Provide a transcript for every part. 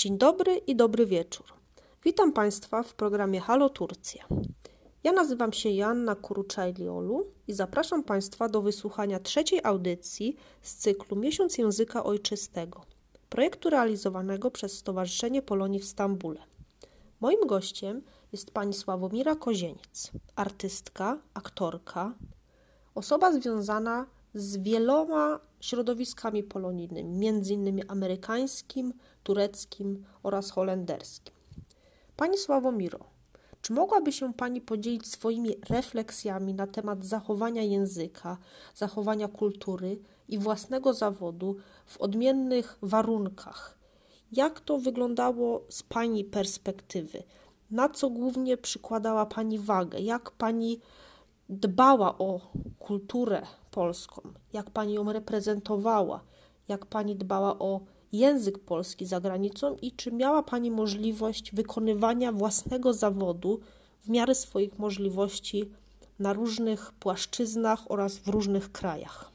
Dzień dobry i dobry wieczór. Witam Państwa w programie Halo Turcja. Ja nazywam się Joanna Kuruczajliolu i zapraszam Państwa do wysłuchania trzeciej audycji z cyklu Miesiąc Języka Ojczystego, projektu realizowanego przez Stowarzyszenie Polonii w Stambule. Moim gościem jest pani Sławomira Kozieniec, artystka, aktorka, osoba związana z wieloma środowiskami polonijnymi, m.in. amerykańskim, tureckim oraz holenderskim. Pani Sławomiro, czy mogłaby się Pani podzielić swoimi refleksjami na temat zachowania języka, zachowania kultury i własnego zawodu w odmiennych warunkach? Jak to wyglądało z Pani perspektywy? Na co głównie przykładała Pani wagę? Jak Pani dbała o kulturę polską? Jak Pani ją reprezentowała? Jak Pani dbała o język polski za granicą i czy miała Pani możliwość wykonywania własnego zawodu w miarę swoich możliwości na różnych płaszczyznach oraz w różnych krajach?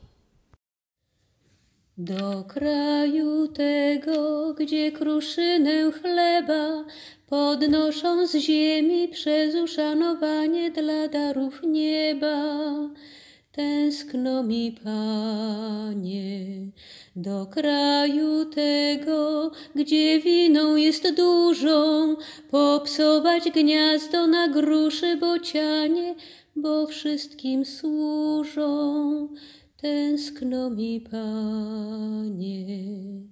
Do kraju tego, gdzie kruszynę chleba podnoszą z ziemi przez uszanowanie dla darów nieba. Tęskno mi, Panie, do kraju tego, gdzie winą jest dużą, popsować gniazdo na gruszy bocianie, bo wszystkim służą. Tęskno mi, Panie,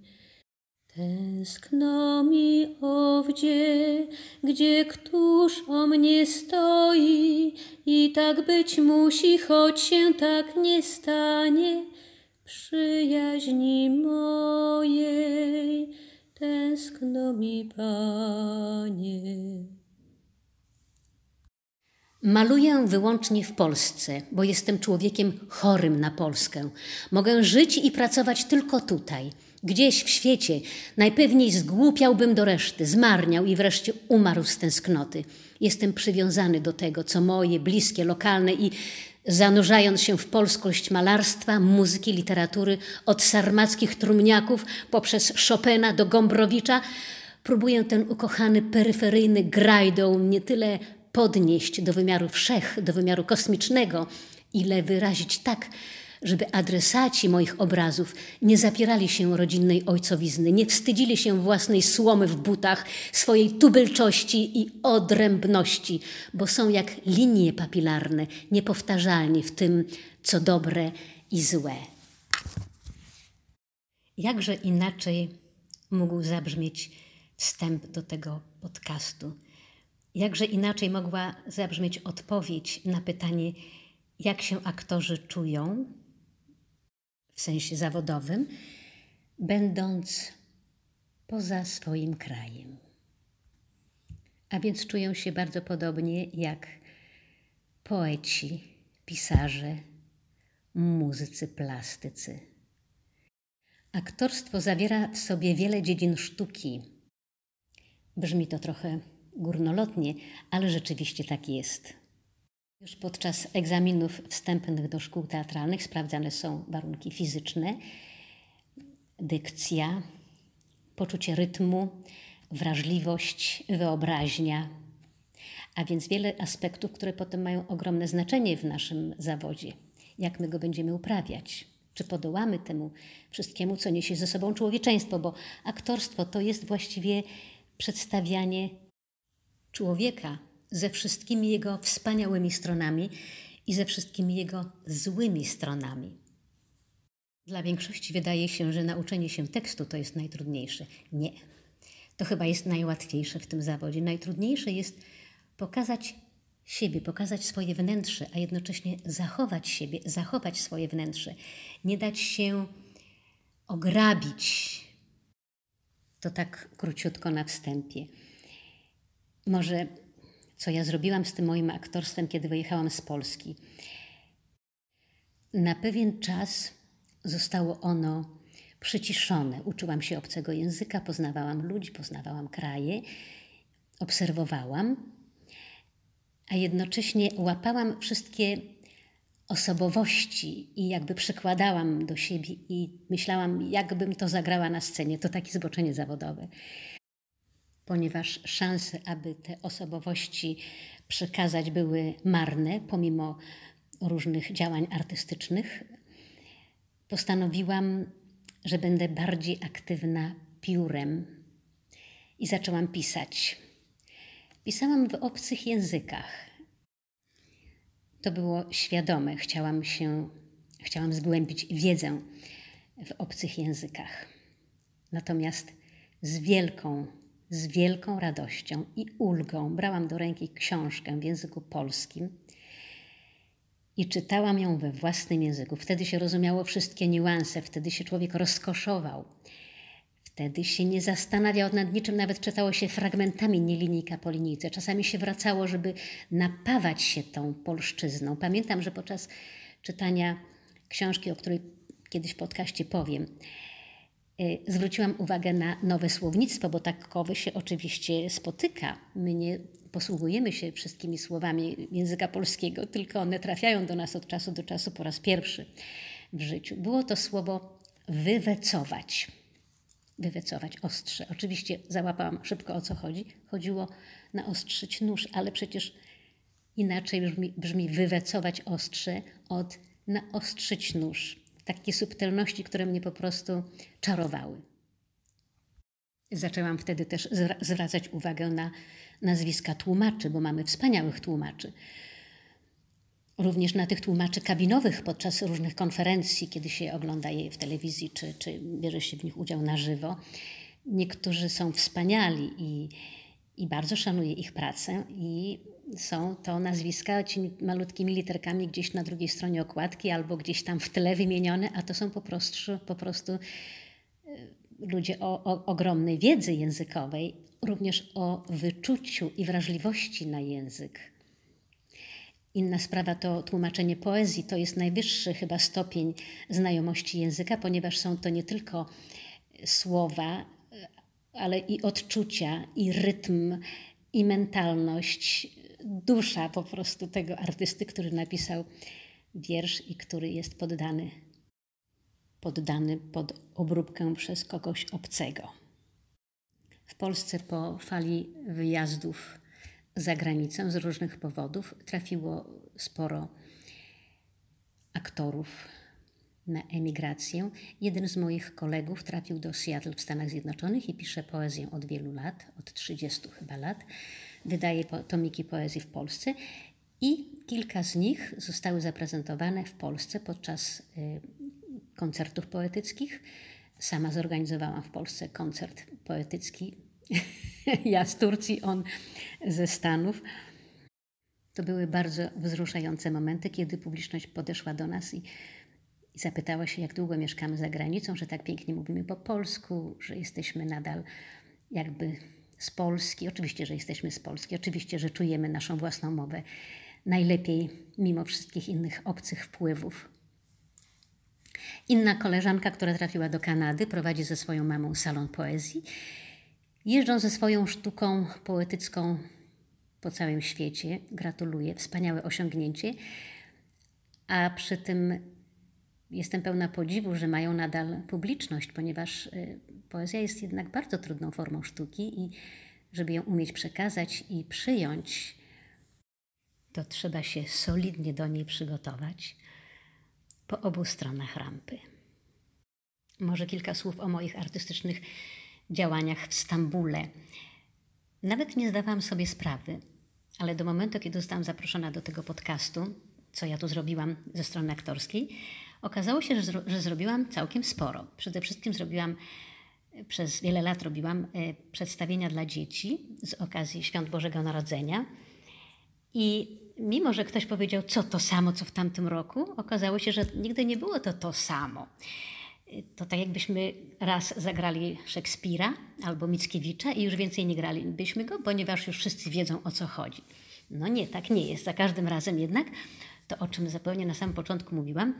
tęskno mi, owdzie, gdzie któż o mnie stoi i tak być musi, choć się tak nie stanie, przyjaźni mojej. Tęskno mi, Panie. Maluję wyłącznie w Polsce, bo jestem człowiekiem chorym na Polskę. Mogę żyć i pracować tylko tutaj. Gdzieś w świecie najpewniej zgłupiałbym do reszty, zmarniał i wreszcie umarł z tęsknoty. Jestem przywiązany do tego, co moje, bliskie, lokalne i zanurzając się w polskość malarstwa, muzyki, literatury, od sarmackich trumniaków poprzez Chopina do Gombrowicza, próbuję ten ukochany, peryferyjny grajdą nie tyle podnieść do wymiaru wszech, do wymiaru kosmicznego, ile wyrazić tak, żeby adresaci moich obrazów nie zapierali się rodzinnej ojcowizny, nie wstydzili się własnej słomy w butach, swojej tubylczości i odrębności, bo są jak linie papilarne, niepowtarzalni w tym, co dobre i złe. Jakże inaczej mógł zabrzmieć wstęp do tego podcastu? Jakże inaczej mogła zabrzmieć odpowiedź na pytanie, jak się aktorzy czują w sensie zawodowym, będąc poza swoim krajem. A więc czują się bardzo podobnie jak poeci, pisarze, muzycy, plastycy. Aktorstwo zawiera w sobie wiele dziedzin sztuki. Brzmi to trochę górnolotnie, ale rzeczywiście tak jest. Już podczas egzaminów wstępnych do szkół teatralnych sprawdzane są warunki fizyczne, dykcja, poczucie rytmu, wrażliwość, wyobraźnia, a więc wiele aspektów, które potem mają ogromne znaczenie w naszym zawodzie. Jak my go będziemy uprawiać? Czy podołamy temu wszystkiemu, co niesie ze sobą człowieczeństwo? Bo aktorstwo to jest właściwie przedstawianie człowieka ze wszystkimi jego wspaniałymi stronami i ze wszystkimi jego złymi stronami. Dla większości wydaje się, że nauczenie się tekstu to jest najtrudniejsze. Nie. To chyba jest najłatwiejsze w tym zawodzie. Najtrudniejsze jest pokazać siebie, pokazać swoje wnętrze, a jednocześnie zachować siebie, zachować swoje wnętrze. Nie dać się ograbić. To tak króciutko na wstępie. Może co ja zrobiłam z tym moim aktorstwem, kiedy wyjechałam z Polski. Na pewien czas zostało ono przyciszone. Uczyłam się obcego języka, poznawałam ludzi, poznawałam kraje, obserwowałam, a jednocześnie łapałam wszystkie osobowości i jakby przykładałam do siebie i myślałam, jakbym to zagrała na scenie. To takie zboczenie zawodowe. ponieważ szanse, aby te osobowości przekazać, były marne, pomimo różnych działań artystycznych, postanowiłam, że będę bardziej aktywna piórem i zaczęłam pisać. Pisałam w obcych językach. To było świadome. Chciałam zgłębić wiedzę w obcych językach. Natomiast z wielką radością i ulgą brałam do ręki książkę w języku polskim i czytałam ją we własnym języku. Wtedy się rozumiało wszystkie niuanse, wtedy się człowiek rozkoszował. Wtedy się nie zastanawiał nad niczym, nawet czytało się fragmentami, nie linijka po linijce. Czasami się wracało, żeby napawać się tą polszczyzną. Pamiętam, że podczas czytania książki, o której kiedyś w podcaście powiem, zwróciłam uwagę na nowe słownictwo, bo takowe się oczywiście spotyka. My nie posługujemy się wszystkimi słowami języka polskiego, tylko one trafiają do nas od czasu do czasu po raz pierwszy w życiu. Było to słowo wywecować. Wywecować, ostrze. Oczywiście załapałam szybko, o co chodzi. Chodziło naostrzyć nóż, ale przecież inaczej brzmi wywecować ostrze od naostrzyć nóż. Takie subtelności, które mnie po prostu czarowały. Zaczęłam wtedy też zwracać uwagę na nazwiska tłumaczy, bo mamy wspaniałych tłumaczy. Również na tych tłumaczy kabinowych podczas różnych konferencji, kiedy się ogląda je w telewizji, czy bierze się w nich udział na żywo. Niektórzy są wspaniali i bardzo szanuję ich pracę i są to nazwiska tymi malutkimi literkami gdzieś na drugiej stronie okładki albo gdzieś tam w tle wymienione, a to są po prostu ludzie o ogromnej wiedzy językowej, również o wyczuciu i wrażliwości na język. Inna sprawa to tłumaczenie poezji. To jest najwyższy chyba stopień znajomości języka, ponieważ są to nie tylko słowa, ale i odczucia, i rytm, i mentalność, dusza po prostu tego artysty, który napisał wiersz i który jest poddany pod obróbkę przez kogoś obcego. W Polsce po fali wyjazdów za granicę z różnych powodów trafiło sporo aktorów na emigrację. Jeden z moich kolegów trafił do Seattle w Stanach Zjednoczonych i pisze poezję od wielu lat, od 30 chyba lat. Wydaje tomiki poezji w Polsce i kilka z nich zostały zaprezentowane w Polsce podczas koncertów poetyckich. Sama zorganizowałam w Polsce koncert poetycki. Ja z Turcji, on ze Stanów. To były bardzo wzruszające momenty, kiedy publiczność podeszła do nas i zapytała się, jak długo mieszkamy za granicą, że tak pięknie mówimy po polsku, że jesteśmy nadal jakby z Polski. Oczywiście, że jesteśmy z Polski. Oczywiście, że czujemy naszą własną mowę najlepiej mimo wszystkich innych obcych wpływów. Inna koleżanka, która trafiła do Kanady, prowadzi ze swoją mamą salon poezji. Jeżdżą ze swoją sztuką poetycką po całym świecie. Gratuluję, wspaniałe osiągnięcie. A przy tym jestem pełna podziwu, że mają nadal publiczność, ponieważ poezja jest jednak bardzo trudną formą sztuki i żeby ją umieć przekazać i przyjąć, to trzeba się solidnie do niej przygotować po obu stronach rampy. Może kilka słów o moich artystycznych działaniach w Stambule. Nawet nie zdawałam sobie sprawy, ale do momentu, kiedy zostałam zaproszona do tego podcastu, co ja tu zrobiłam ze strony aktorskiej, okazało się, że zrobiłam całkiem sporo. Przede wszystkim przez wiele lat robiłam przedstawienia dla dzieci z okazji Świąt Bożego Narodzenia. I mimo, że ktoś powiedział, co to samo, co w tamtym roku, okazało się, że nigdy nie było to samo. To tak jakbyśmy raz zagrali Szekspira albo Mickiewicza i już więcej nie gralibyśmy go, ponieważ już wszyscy wiedzą, o co chodzi. No nie, tak nie jest. Za każdym razem jednak, to o czym zupełnie na samym początku mówiłam,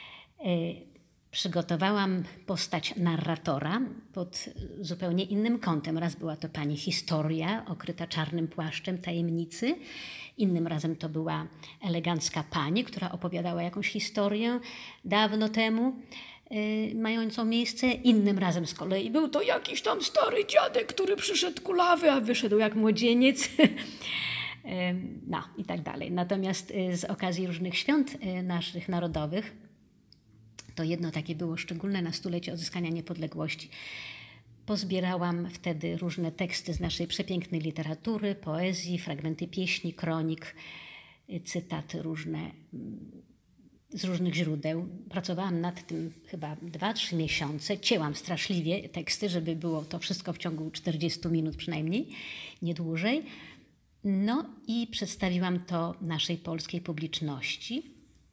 przygotowałam postać narratora pod zupełnie innym kątem. Raz była to pani historia, okryta czarnym płaszczem tajemnicy. Innym razem to była elegancka pani, która opowiadała jakąś historię dawno temu. mającą miejsce. Innym razem z kolei był to jakiś tam stary dziadek, który przyszedł kulawy, a wyszedł jak młodzieniec. No i tak dalej. Natomiast z okazji różnych świąt naszych narodowych, to jedno takie było szczególne na stulecie odzyskania niepodległości. Pozbierałam wtedy różne teksty z naszej przepięknej literatury, poezji, fragmenty pieśni, kronik, cytaty różne z różnych źródeł. Pracowałam nad tym chyba 2-3 miesiące. Cięłam straszliwie teksty, żeby było to wszystko w ciągu 40 minut przynajmniej, nie dłużej. No i przedstawiłam to naszej polskiej publiczności.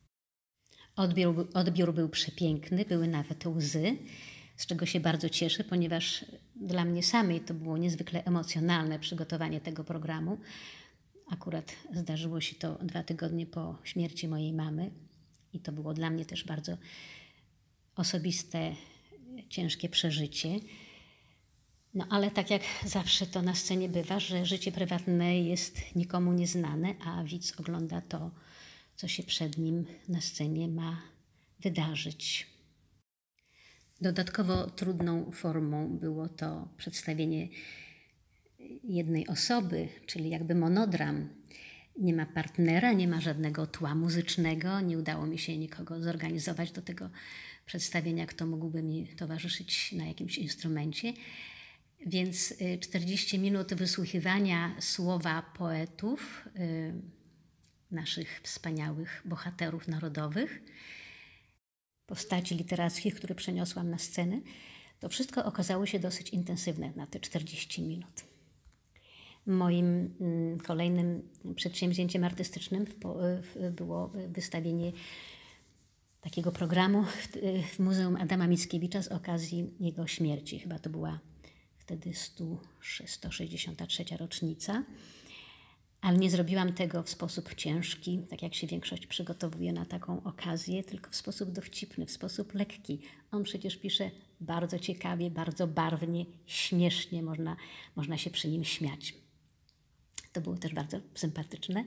Odbiór był przepiękny, były nawet łzy, z czego się bardzo cieszę, ponieważ dla mnie samej to było niezwykle emocjonalne przygotowanie tego programu. Akurat zdarzyło się to 2 tygodnie po śmierci mojej mamy i to było dla mnie też bardzo osobiste, ciężkie przeżycie. No ale tak jak zawsze to na scenie bywa, że życie prywatne jest nikomu nieznane, a widz ogląda to, co się przed nim na scenie ma wydarzyć. Dodatkowo trudną formą było to przedstawienie jednej osoby, czyli jakby monodram. Nie ma partnera, nie ma żadnego tła muzycznego, nie udało mi się nikogo zorganizować do tego przedstawienia, kto mógłby mi towarzyszyć na jakimś instrumencie. Więc 40 minut wysłuchiwania słowa poetów, naszych wspaniałych bohaterów narodowych, postaci literackich, które przeniosłam na scenę, to wszystko okazało się dosyć intensywne na te 40 minut. Moim kolejnym przedsięwzięciem artystycznym było wystawienie takiego programu w Muzeum Adama Mickiewicza z okazji jego śmierci. Chyba to była wtedy 163. rocznica. Ale nie zrobiłam tego w sposób ciężki, tak jak się większość przygotowuje na taką okazję, tylko w sposób dowcipny, w sposób lekki. On przecież pisze bardzo ciekawie, bardzo barwnie, śmiesznie, można się przy nim śmiać. To było też bardzo sympatyczne.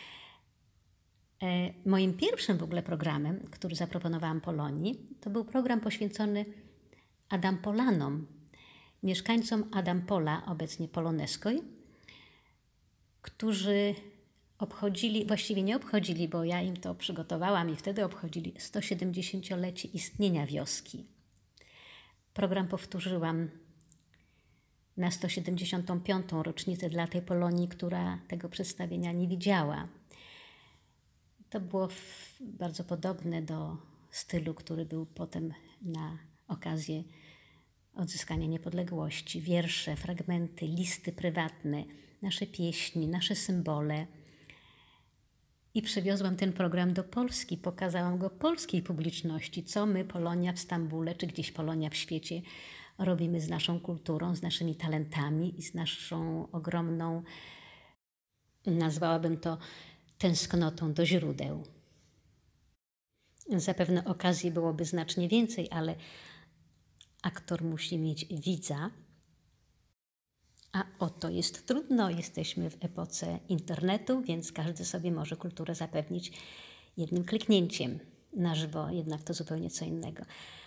Moim pierwszym w ogóle programem, który zaproponowałam Polonii, to był program poświęcony Adampolanom, mieszkańcom Adampola, obecnie Polonezkoj, którzy obchodzili, właściwie nie obchodzili, bo ja im to przygotowałam i wtedy obchodzili 170-lecie istnienia wioski. Program powtórzyłam na 175. rocznicę dla tej Polonii, która tego przedstawienia nie widziała. To było bardzo podobne do stylu, który był potem na okazję odzyskania niepodległości. Wiersze, fragmenty, listy prywatne, nasze pieśni, nasze symbole. I przywiozłam ten program do Polski, pokazałam go polskiej publiczności, co my, Polonia w Stambule, czy gdzieś Polonia w świecie, robimy z naszą kulturą, z naszymi talentami i z naszą ogromną, nazwałabym to, tęsknotą do źródeł. Zapewne okazji byłoby znacznie więcej, ale aktor musi mieć widza, a oto jest trudno. Jesteśmy w epoce internetu, więc każdy sobie może kulturę zapewnić jednym kliknięciem. Na żywo jednak to zupełnie co innego.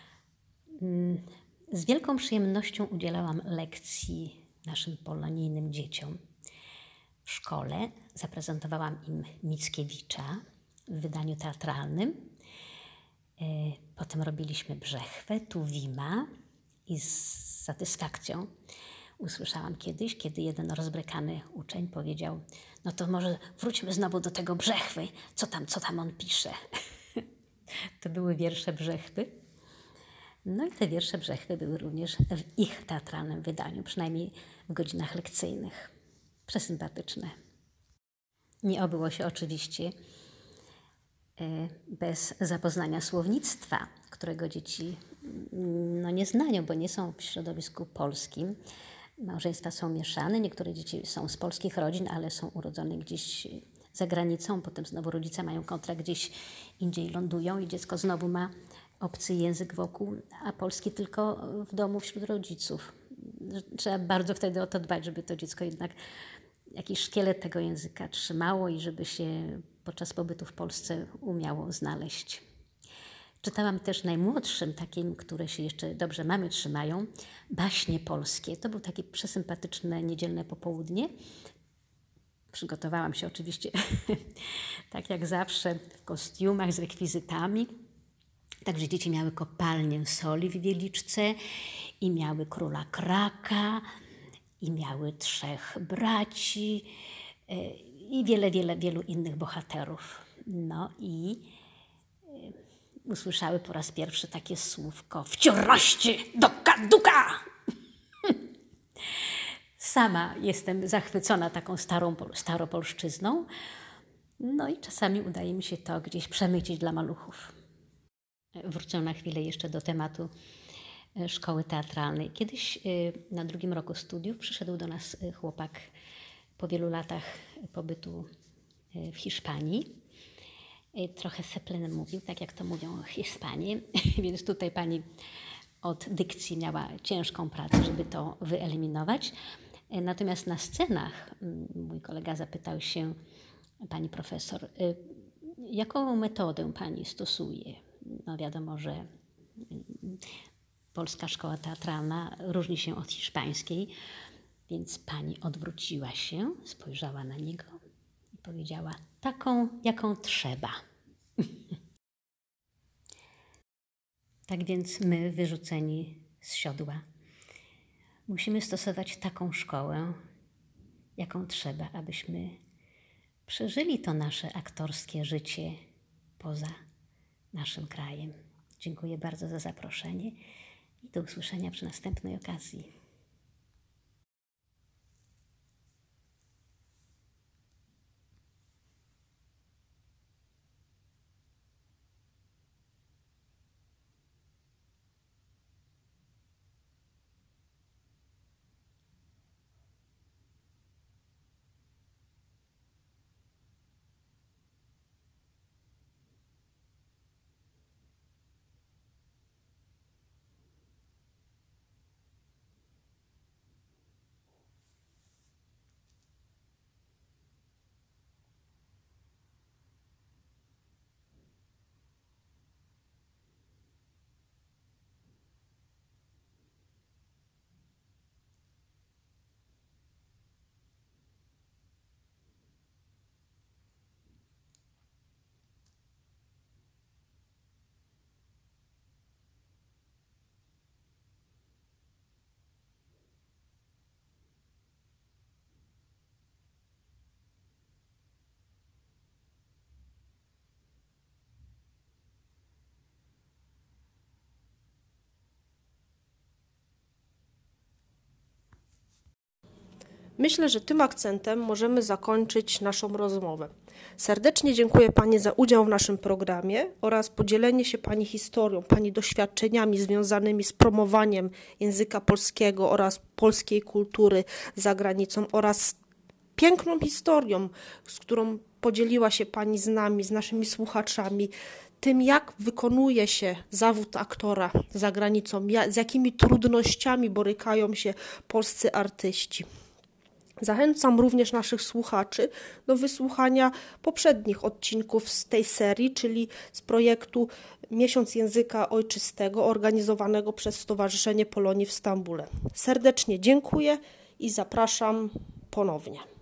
Z wielką przyjemnością udzielałam lekcji naszym polonijnym dzieciom w szkole. Zaprezentowałam im Mickiewicza w wydaniu teatralnym. Potem robiliśmy Brzechwę, Tuwima i z satysfakcją usłyszałam kiedyś, kiedy jeden rozbrykany uczeń powiedział: no to może wróćmy znowu do tego Brzechwy, co tam on pisze. To były wiersze Brzechwy. No i te wiersze Brzechwy były również w ich teatralnym wydaniu, przynajmniej w godzinach lekcyjnych. Przesympatyczne. Nie obyło się oczywiście bez zapoznania słownictwa, którego dzieci nie znają, bo nie są w środowisku polskim. Małżeństwa są mieszane, niektóre dzieci są z polskich rodzin, ale są urodzone gdzieś za granicą, potem znowu rodzice mają kontrakt, gdzieś indziej lądują i dziecko znowu ma obcy język wokół, a polski tylko w domu wśród rodziców. Trzeba bardzo wtedy o to dbać, żeby to dziecko jednak jakiś szkielet tego języka trzymało i żeby się podczas pobytu w Polsce umiało znaleźć. Czytałam też najmłodszym, takim, które się jeszcze dobrze mamy trzymają, baśnie polskie. To było takie przesympatyczne niedzielne popołudnie. Przygotowałam się oczywiście, tak jak zawsze, w kostiumach z rekwizytami. Także dzieci miały kopalnię soli w Wieliczce i miały króla Kraka i miały 3 braci i wielu innych bohaterów. No i usłyszały po raz pierwszy takie słówko: w ciurności do kaduka! Sama jestem zachwycona taką staropolszczyzną. No i czasami udaje mi się to gdzieś przemycić dla maluchów. Wrócę na chwilę jeszcze do tematu szkoły teatralnej. Kiedyś na 2. roku studiów przyszedł do nas chłopak po wielu latach pobytu w Hiszpanii. Trochę seplenem mówił, tak jak to mówią Hiszpanie, więc tutaj pani od dykcji miała ciężką pracę, żeby to wyeliminować. Natomiast na scenach mój kolega zapytał się pani profesor, jaką metodę pani stosuje? No wiadomo, że polska szkoła teatralna różni się od hiszpańskiej, więc pani odwróciła się, spojrzała na niego i powiedziała: taką, jaką trzeba. Tak więc my, wyrzuceni z siodła, musimy stosować taką szkołę, jaką trzeba, abyśmy przeżyli to nasze aktorskie życie poza naszym krajem. Dziękuję bardzo za zaproszenie i do usłyszenia przy następnej okazji. Myślę, że tym akcentem możemy zakończyć naszą rozmowę. Serdecznie dziękuję Pani za udział w naszym programie oraz podzielenie się Pani historią, Pani doświadczeniami związanymi z promowaniem języka polskiego oraz polskiej kultury za granicą oraz piękną historią, z którą podzieliła się Pani z nami, z naszymi słuchaczami, tym jak wykonuje się zawód aktora za granicą, z jakimi trudnościami borykają się polscy artyści. Zachęcam również naszych słuchaczy do wysłuchania poprzednich odcinków z tej serii, czyli z projektu Miesiąc Języka Ojczystego organizowanego przez Stowarzyszenie Polonii w Stambule. Serdecznie dziękuję i zapraszam ponownie.